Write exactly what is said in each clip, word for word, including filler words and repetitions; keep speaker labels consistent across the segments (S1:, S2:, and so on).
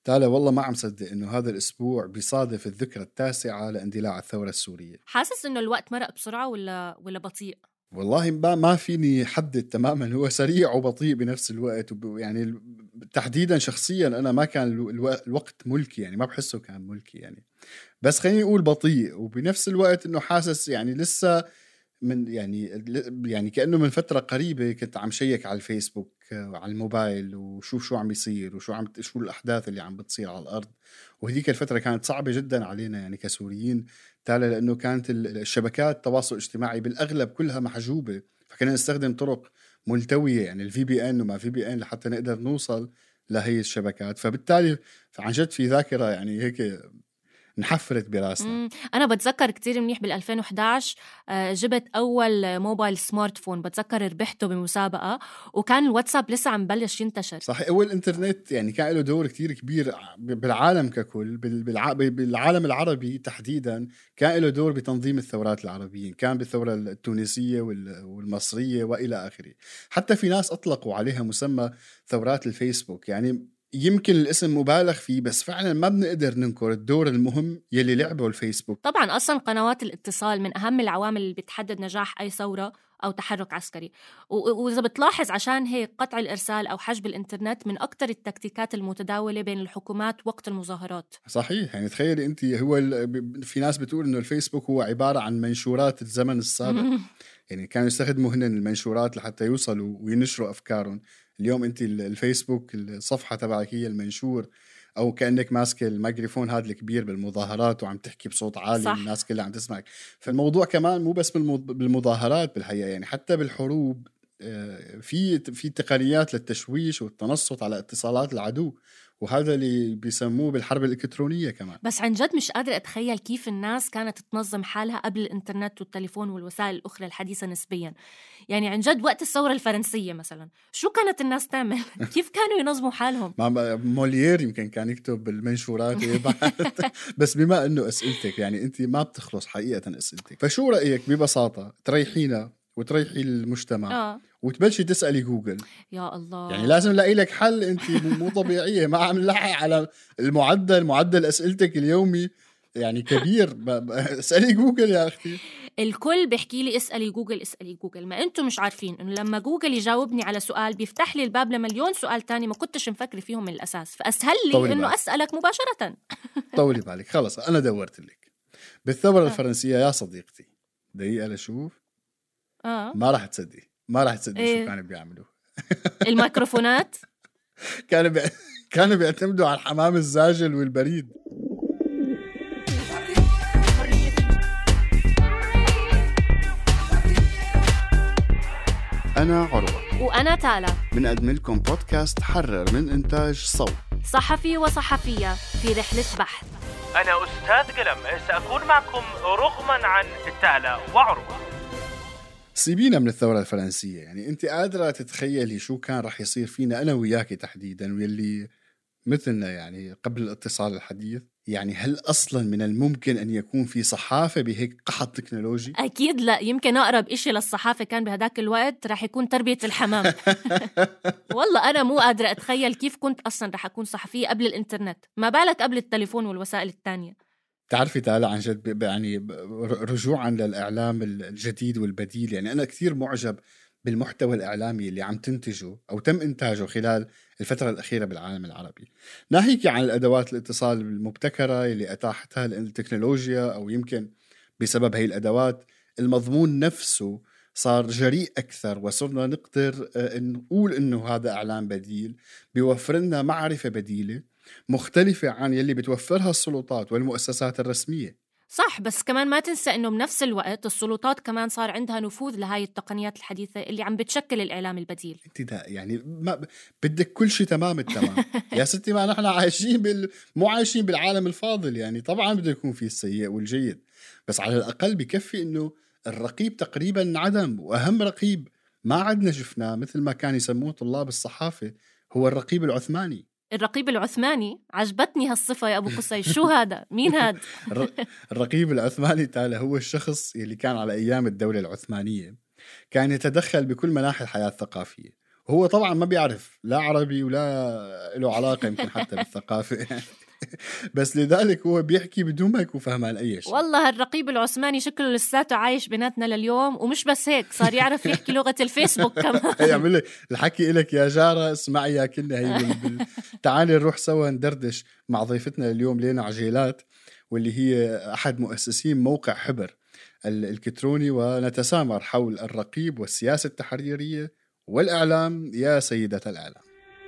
S1: تعالى والله ما عم صدق إنه هذا الأسبوع بيصادف الذكرى التاسعة لاندلاع الثورة السورية.
S2: حاسس إنه الوقت مرق بسرعة ولا ولا بطيء؟
S1: والله ما ما فيني حدد تماما، هو سريع وبطيء بنفس الوقت. وب... يعني تحديدا شخصيا أنا ما كان الو... الوقت ملكي، يعني ما بحسه كان ملكي يعني، بس خليني أقول بطيء. وبنفس الوقت إنه حاسس يعني لسه من يعني يعني كأنه من فترة قريبة كنت عم شيك على الفيسبوك وعلى الموبايل وشوف شو عم بيصير وشو عم شو الأحداث اللي عم بتصير على الأرض. وهذيك الفترة كانت صعبة جدا علينا يعني كسوريين، تالي لأنه كانت الشبكات التواصل الاجتماعي بالأغلب كلها محجوبة، فكنا نستخدم طرق ملتوية يعني الفي بي ان وما في بي ان لحتى نقدر نوصل لهي الشبكات. فبالتالي عن جد في ذاكرة يعني هيك نحفرت براسنا.
S2: أنا بتذكر كتير منيح بالألفين وإحدى عشر جبت أول موبايل سمارت فون، بتذكر ربحته بمسابقة وكان الواتساب لسه عم بلش ينتشر.
S1: صحيح، أول إنترنت يعني كان له دور كتير كبير بالعالم ككل، بالعالم العربي تحديدا كان له دور بتنظيم الثورات العربية، كان بالثورة التونسية والمصرية وإلى آخره. حتى في ناس أطلقوا عليها مسمى ثورات الفيسبوك، يعني يمكن الاسم مبالغ فيه بس فعلا ما بنقدر ننكر الدور المهم يلي لعبه الفيسبوك.
S2: طبعا أصلا قنوات الاتصال من أهم العوامل اللي بتحدد نجاح أي ثورة أو تحرك عسكري، وإذا بتلاحظ عشان هيك قطع الإرسال أو حجب الإنترنت من أكتر التكتيكات المتداولة بين الحكومات وقت المظاهرات.
S1: صحيح، يعني تخيلي أنت، هو في ناس بتقول إنه الفيسبوك هو عبارة عن منشورات الزمن السابق. يعني كانوا يستخدموا هن المنشورات لحتى يوصلوا وينشروا أفكارهم. اليوم أنت الفيسبوك الصفحة تبعك هي المنشور، أو كأنك ماسك الميكروفون هذا الكبير بالمظاهرات وعم تحكي بصوت عالي الناس كلها عم تسمعك. فالموضوع كمان مو بس بالمظاهرات بالحقيقة، يعني حتى بالحروب في في تقنيات للتشويش والتنصت على اتصالات العدو، وهذا اللي بيسموه بالحرب الإلكترونية كمان.
S2: بس عن جد مش قادر أتخيل كيف الناس كانت تنظم حالها قبل الإنترنت والتليفون والوسائل الأخرى الحديثة نسبيا. يعني عن جد وقت الثورة الفرنسية مثلا شو كانت الناس تعمل؟ كيف كانوا ينظموا حالهم؟
S1: موليير يمكن كان يكتب بالمنشورات بس بما أنه أسئلتك يعني أنت ما بتخلص حقيقة أسئلتك، فشو رأيك ببساطة تريحينا وتريحي المجتمع آه. وتبلشي تسألي جوجل؟
S2: يا الله،
S1: يعني لازم نلاقي لك حل. انت مو طبيعية، ما عم نلحق على المعدل معدل أسئلتك اليومي يعني كبير. اسألي جوجل يا أختي.
S2: الكل بيحكي لي اسألي جوجل اسألي جوجل، ما انتم مش عارفين انه لما جوجل يجاوبني على سؤال بيفتح لي الباب لمليون سؤال تاني ما كنتش مفكر فيهم من الأساس، فأسهل لي انه أسألك مباشرة.
S1: طولي بالك، خلص أنا دورت لك بالثورة آه. الفرنسية يا صديقتي. دقيقة لشوف
S2: آه.
S1: ما راح تصدقي ما راح تصدقي إيه؟ شو كانوا بيعملوا
S2: الميكروفونات
S1: كانوا بي... كانوا بيعتمدوا على الحمام الزاجل والبريد. أنا عروة
S2: وأنا تالا،
S1: بنقدم لكم بودكاست حرر من إنتاج صوت،
S2: صحفي وصحفية في رحلة بحث.
S3: أنا أستاذ قلم، سأكون معكم رغما عن تالا وعروة.
S1: سيبينا من الثورة الفرنسية، يعني أنت قادرة تتخيلي شو كان رح يصير فينا أنا وياكي تحديدا واللي مثلنا يعني قبل الاتصال الحديث؟ يعني هل أصلا من الممكن أن يكون في صحافة بهيك قحط تكنولوجي؟
S2: أكيد لا، يمكن أقرب إشي للصحافة كان بهداك الوقت رح يكون تربية الحمام. والله أنا مو قادرة أتخيل كيف كنت أصلا رح أكون صحفية قبل الإنترنت، ما بالك قبل التليفون والوسائل التانية.
S1: تعرفي تعالى عن جد يعني رجوعا للإعلام الجديد والبديل، يعني أنا كثير معجب بالمحتوى الإعلامي اللي عم تنتجه أو تم إنتاجه خلال الفترة الأخيرة بالعالم العربي، ناهيك عن الأدوات الاتصال المبتكرة اللي أتاحتها التكنولوجيا، أو يمكن بسبب هاي الأدوات المضمون نفسه صار جريء أكثر، وصرنا نقدر نقول إنه هذا إعلام بديل بيوفر لنا معرفة بديلة مختلفة عن يلي بتوفرها السلطات والمؤسسات الرسمية.
S2: صح، بس كمان ما تنسى إنه بنفس الوقت السلطات كمان صار عندها نفوذ لهاي التقنيات الحديثة اللي عم بتشكل الإعلام البديل.
S1: انت ده يعني ما بدك كل شيء تمام التمام يا ستي، ما نحن عايشين بال... مو عايشين بالعالم الفاضل، يعني طبعا بده يكون فيه السيء والجيد، بس على الأقل بكفي إنه الرقيب تقريبا انعدم، وأهم رقيب ما عدنا شفناه مثل ما كان يسموه طلاب الصحافة هو الرقيب العثماني.
S2: الرقيب العثماني، عجبتني هالصفة يا أبو قصي. شو هذا؟ مين هذا؟
S1: الرقيب العثماني تعالى هو الشخص اللي كان على أيام الدولة العثمانية كان يتدخل بكل مناحي الحياة الثقافية، هو طبعا ما بيعرف لا عربي ولا له علاقة يمكن حتى بالثقافة بس لذلك هو بيحكي بدون ما يكون فهمان أي شيء.
S2: والله الرقيب العثماني شكله لساته عايش بيناتنا لليوم، ومش بس هيك صار يعرف يحكي لغة الفيسبوك كمان.
S1: يعمل لي الحكي إلك يا جارة اسمعي يا كنا هي بال... بال... تعالي نروح سوا ندردش مع ضيفتنا اليوم لينا عجيلات، واللي هي أحد مؤسسين موقع حبر الإلكتروني، ونتسامر حول الرقيب والسياسة التحريرية والإعلام. يا سيدة الإعلام،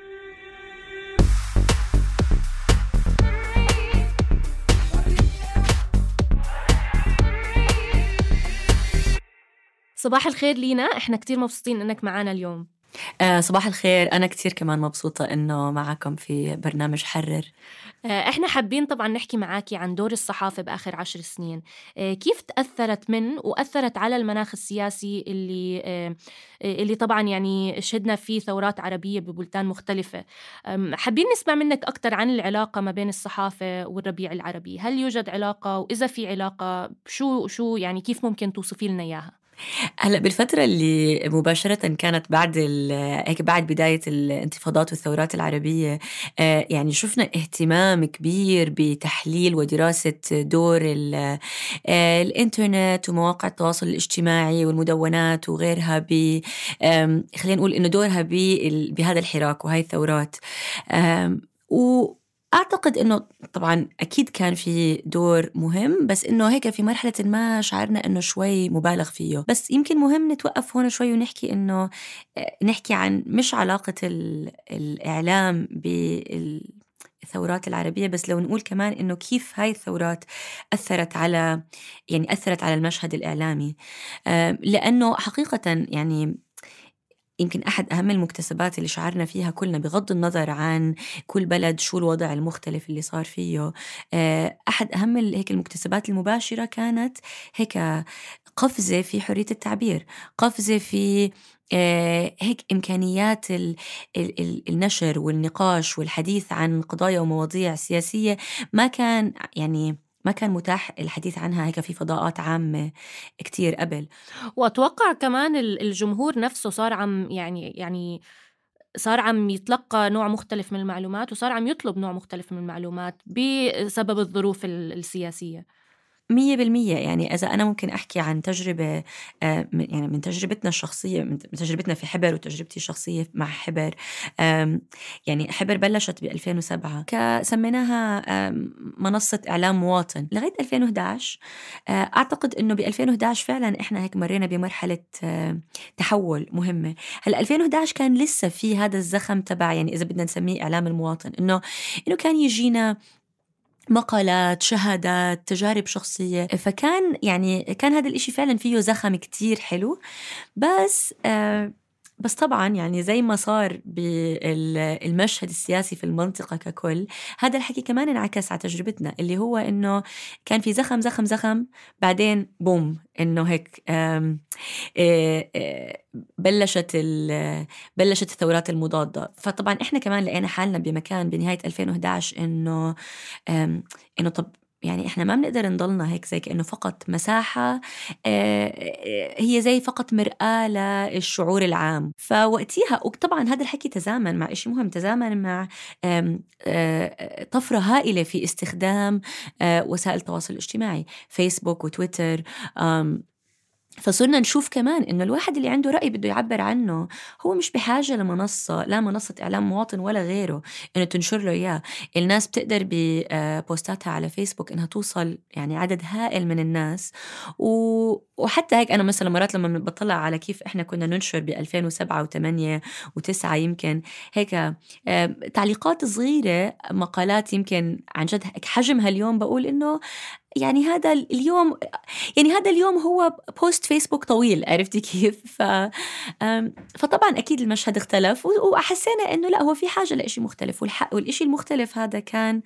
S2: صباح الخير لينا، احنا كتير مبسوطين انك معنا اليوم.
S4: آه صباح الخير، أنا كتير كمان مبسوطة إنه معكم في برنامج حرر.
S2: آه احنا حابين طبعا نحكي معاكي عن دور الصحافة بآخر عشر سنين، آه كيف تأثرت من وأثرت على المناخ السياسي اللي آه اللي طبعا يعني شهدنا فيه ثورات عربية ببلدان مختلفة. حابين نسمع منك أكتر عن العلاقة ما بين الصحافة والربيع العربي. هل يوجد علاقة؟ وإذا في علاقة شو شو يعني كيف ممكن توصفي لنا إياها؟
S4: هلا بالفترة اللي مباشرة كانت بعد هيك بعد بداية الانتفاضات والثورات العربية، يعني شفنا اهتمام كبير بتحليل ودراسة دور الإنترنت ومواقع التواصل الاجتماعي والمدونات وغيرها، ب خلينا نقول إنه دورها بهذا الحراك وهاي الثورات. و أعتقد إنه طبعاً أكيد كان في دور مهم، بس إنه هيك في مرحلة ما شعرنا إنه شوي مبالغ فيه. بس يمكن مهم نتوقف هون شوي ونحكي إنه نحكي عن مش علاقة الإعلام بالثورات العربية، بس لو نقول كمان إنه كيف هاي الثورات أثرت على يعني أثرت على المشهد الإعلامي. لأنه حقيقة يعني يمكن أحد أهم المكتسبات اللي شعرنا فيها كلنا بغض النظر عن كل بلد شو الوضع المختلف اللي صار فيه، أحد أهم هيك المكتسبات المباشرة كانت هيك قفزة في حرية التعبير، قفزة في هيك إمكانيات النشر والنقاش والحديث عن قضايا ومواضيع سياسية ما كان يعني ما كان متاح الحديث عنها هيك في فضاءات عامة كتير قبل.
S2: وأتوقع كمان الجمهور نفسه صار عم يعني يعني صار عم يتلقى نوع مختلف من المعلومات، وصار عم يطلب نوع مختلف من المعلومات بسبب الظروف السياسية.
S4: مية بالمية. يعني إذا أنا ممكن أحكي عن تجربة يعني من تجربتنا الشخصية، من تجربتنا في حبر وتجربتي الشخصية مع حبر. يعني حبر بلشت بألفين وسبعة كسميناها منصة إعلام مواطن لغاية ألفين وإحدى عشر. أعتقد إنه بألفين وإحدى عشر فعلا إحنا هيك مرينا بمرحلة تحول مهمة. هلا ألفين وإحدى عشر كان لسه في هذا الزخم تبع يعني إذا بدنا نسميه إعلام المواطن، إنه إنه كان يجينا مقالات، شهادات، تجارب شخصية، فكان يعني كان هذا الإشي فعلا فيه زخم كتير حلو. بس آه بس طبعا يعني زي ما صار بالمشهد السياسي في المنطقة ككل، هذا الحكي كمان انعكس على تجربتنا، اللي هو إنه كان في زخم زخم زخم بعدين بوم إنه هيك آم آه آه بلشت بلشت الثورات المضادة. فطبعا إحنا كمان لقينا حالنا بمكان بنهاية ألفين وإحدى عشر إنه إنه طب يعني إحنا ما بنقدر نضلنا هيك زي كأنه فقط مساحة هي زي فقط مرآة للشعور العام. فوقتها وطبعا هذا الحكي تزامن مع إشي مهم، تزامن مع طفرة هائلة في استخدام وسائل التواصل الاجتماعي، فيسبوك وتويتر. فصرنا نشوف كمان إنه الواحد اللي عنده رأي بده يعبر عنه هو مش بحاجة لمنصة، لا منصة إعلام مواطن ولا غيره إنه تنشر له إياه. الناس بتقدر ببوستاتها على فيسبوك إنها توصل يعني عدد هائل من الناس. وحتى هيك أنا مثلا مرات لما بطلع على كيف إحنا كنا ننشر بألفين وسبعة وثمانية وتسعة يمكن هيك تعليقات صغيرة، مقالات يمكن عن جد حجمها اليوم بقول إنه يعني هذا اليوم يعني هذا اليوم هو بوست فيسبوك طويل، عرفتي كيف؟ ف... فطبعا أكيد المشهد اختلف، وحسينا إنه لا هو في حاجة لإشي مختلف. والحق والإشي المختلف هذا كان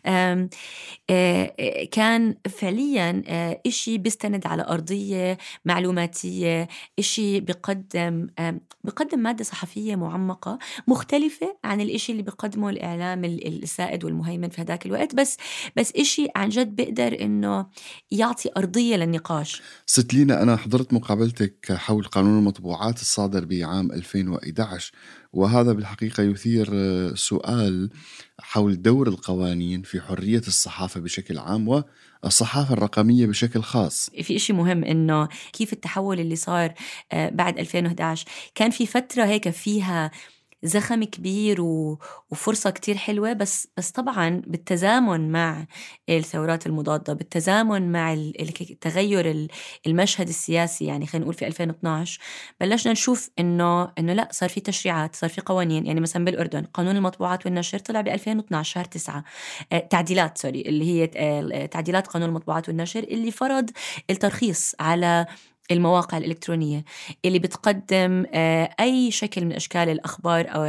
S4: كان فعليا إشي بيستند على أرضية معلوماتية، إشي بيقدم بيقدم مادة صحفية معمقة مختلفة عن الإشي اللي بيقدمه الإعلام السائد والمهيمن في هذاك الوقت، بس بس إشي عن جد بيقدر إنه إنه يعطي أرضية للنقاش.
S1: ست لينا، أنا حضرت مقابلتك حول قانون المطبوعات الصادر بعام ألفين وإحدى عشر، وهذا بالحقيقة يثير سؤال حول دور القوانين في حرية الصحافة بشكل عام والصحافة الرقمية بشكل خاص.
S4: في إشي مهم إنه كيف التحول اللي صار بعد ألفين وإحدى عشر كان في فترة هيك فيها زخم كبير وفرصة كتير حلوة، بس بس طبعا بالتزامن مع الثورات المضادة، بالتزامن مع التغير المشهد السياسي. يعني خلينا نقول في ألفين واثناشر بلشنا نشوف إنه إنه لا، صار في تشريعات، صار في قوانين. يعني مثلا بالأردن قانون المطبوعات والنشر طلع ب ألفين واثناشر شهر تسعة، تعديلات سوري اللي هي تعديلات قانون المطبوعات والنشر اللي فرض الترخيص على المواقع الإلكترونية اللي بتقدم أي شكل من أشكال الأخبار أو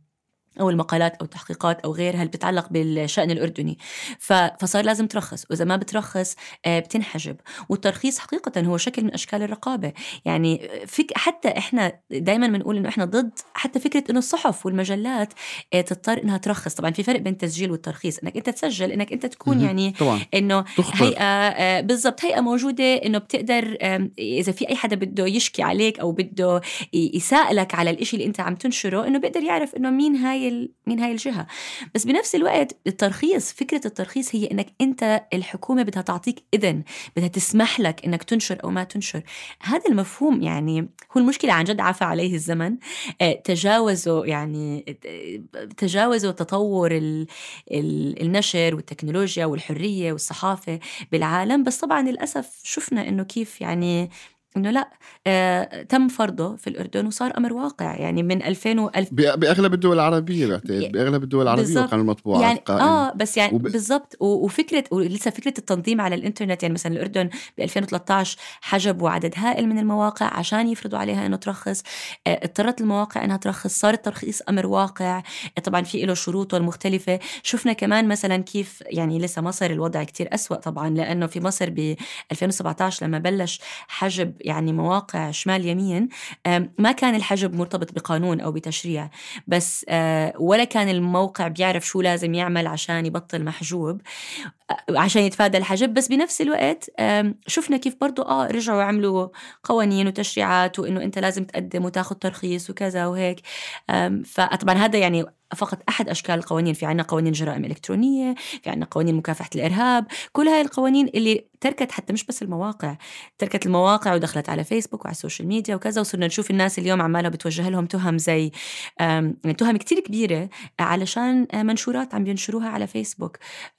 S4: أو المقالات أو التحقيقات أو غيرها اللي بتتعلق بالشأن الأردني. فصار لازم ترخص، وإذا ما بترخص بتنحجب. والترخيص حقيقة هو شكل من أشكال الرقابة. يعني فك حتى إحنا دايما بنقول إنه إحنا ضد حتى فكرة إنه الصحف والمجلات تضطر إنها ترخص. طبعا في فرق بين التسجيل والترخيص، إنك أنت تسجل إنك أنت تكون يعني
S1: طبعاً.
S4: إنه
S1: تخطر.
S4: هيئة بالضبط، هيئة موجودة إنه بتقدر إذا في أي حدا بده يشكي عليك أو بده يسألك على الإشي اللي أنت عم تنشره، إنه بيقدر يعرف إنه مين هاي من هاي الجهة. بس بنفس الوقت الترخيص، فكرة الترخيص هي إنك أنت الحكومة بدها تعطيك إذن، بدها تسمح لك إنك تنشر أو ما تنشر. هذا المفهوم يعني هو المشكلة عن جد عفى عليه الزمن. تجاوزوا يعني تجاوزوا تطور ال ال النشر والتكنولوجيا والحرية والصحافة بالعالم. بس طبعا للأسف شفنا إنه كيف يعني إنه لا، آه، تم فرضه في الأردن وصار أمر واقع. يعني من ألفين وألف
S1: بأغلب الدول العربية بعتقد بأغلب الدول العربية وقانون المطبوعات
S4: يعني
S1: قائم.
S4: آه بس يعني
S1: وب...
S4: بالضبط. وفكرة ولسه فكرة التنظيم على الإنترنت. يعني مثلا الأردن ب ألفين وثلاثة عشر حجبوا عدد هائل من المواقع عشان يفرضوا عليها إنه ترخص. آه، اضطرت المواقع إنها ترخص، صار الترخيص أمر واقع. آه، طبعا في له شروطه المختلفة. شفنا كمان مثلا كيف يعني لسه مصر الوضع كتير أسوأ طبعا، لأنه في مصر ب ألفين وسبعة عشر لما بلش حجب يعني مواقع شمال يمين، ما كان الحجب مرتبط بقانون أو بتشريع، بس ولا كان الموقع بيعرف شو لازم يعمل عشان يبطل محجوب عشان يتفادى الحجب. بس بنفس الوقت شفنا كيف برضو آه رجعوا عملوا قوانين وتشريعات، وإنه أنت لازم تقدم وتاخد ترخيص وكذا وهيك. فطبعا هذا يعني فقط أحد أشكال القوانين. في عنا قوانين جرائم إلكترونية، في عنا قوانين مكافحة الإرهاب. كل هاي القوانين اللي تركت حتى مش بس المواقع، تركت المواقع ودخلت على فيسبوك وعلى السوشيال ميديا وكذا. وصرنا نشوف الناس اليوم عمالها بتوجه لهم تهم زي تهم كتير كبيرة علشان منشورات عم ينشروها على فيسبوك.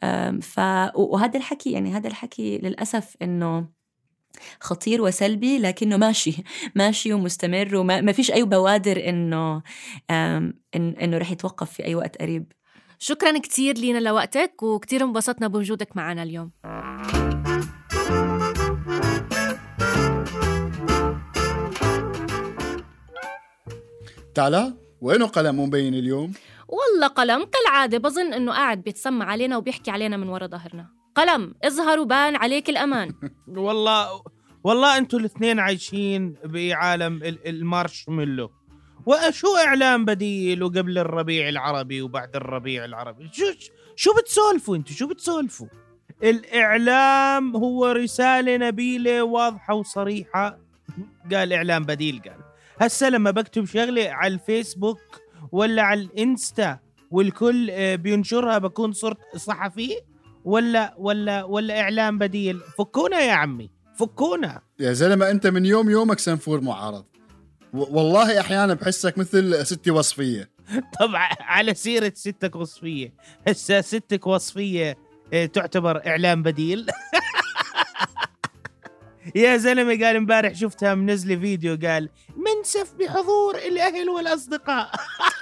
S4: ف وهذا الحكي يعني هذا الحكي للأسف إنه خطير وسلبي، لكنه ماشي ماشي ومستمر، وما فيش أي بوادر إنه إنه رح يتوقف في أي وقت قريب.
S2: شكراً كتير لينا لوقتك، وكتير انبسطنا بوجودك معنا اليوم.
S1: تعالى، وينه قلم مبين اليوم؟
S2: والله قلم كالعادة بظن إنه قاعد بيتسمع علينا وبيحكي علينا من وراء ظهرنا. قلم اظهر وبان عليك الأمان.
S3: والله والله أنتوا الاثنين عايشين بعالم المارشميلو، وشو إعلام بديل وقبل الربيع العربي وبعد الربيع العربي. شو شو بتسولفوا أنتوا؟ شو بتسولفوا؟ الإعلام هو رسالة نبيلة واضحة وصريحة. قال إعلام بديل. قال هسه لما بكتب شغلة على الفيسبوك ولا على الإنستا والكل بينشرها بكون صرت صحفي ولا ولا ولا إعلام بديل؟ فكونا يا عمي، فكونا
S1: يا زلمة. أنت من يوم يومك سنفور معارض، والله أحيانا بحسك مثل ستي وصفية.
S3: طبعا على سيرة ستك وصفية، هسه ستك وصفية تعتبر إعلام بديل. يا زلمة قال امبارح شفتها منزلة فيديو قال منسف بحضور الأهل والأصدقاء.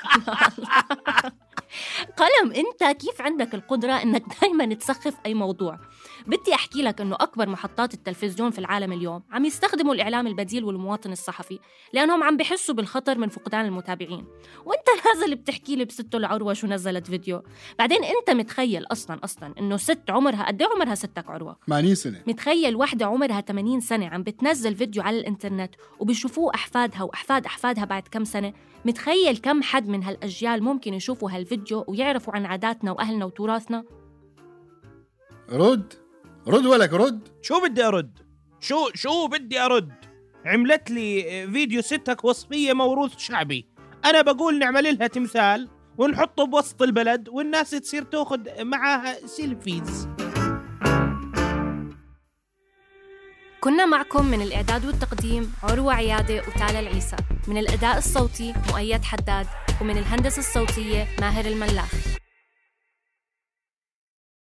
S2: قلم انت كيف عندك القدرة انك دايما تسخف اي موضوع؟ بدي احكي لك انه اكبر محطات التلفزيون في العالم اليوم عم يستخدموا الاعلام البديل والمواطن الصحفي، لانهم عم بحسوا بالخطر من فقدان المتابعين. وانت نازل بتحكي لي بسته العروة شو نزلت فيديو. بعدين انت متخيل اصلا اصلا انه ست عمرها قد ايه عمرها ستك عروة؟
S1: ثمانين سنة.
S2: متخيل واحدة عمرها ثمانين سنة عم بتنزل فيديو على الانترنت وبيشوفوه احفادها واحفاد احفادها بعد كم سنة؟ متخيل كم حد من هالاجيال ممكن يشوفوا هالفيديو ويعرفوا عن عاداتنا واهلنا وتراثنا؟
S1: رد رد ولك رد.
S3: شو بدي أرد؟ شو شو بدي أرد؟ عملت لي فيديو ستك وصفية موروث شعبي، أنا بقول نعمل لها تمثال ونحطه بوسط البلد والناس تصير تأخذ معها سيلفيز.
S2: كنا معكم من الإعداد والتقديم عروة عيادة وتالا العيسى، من الأداء الصوتي مؤيد حداد، ومن الهندسة الصوتية ماهر الملاخ.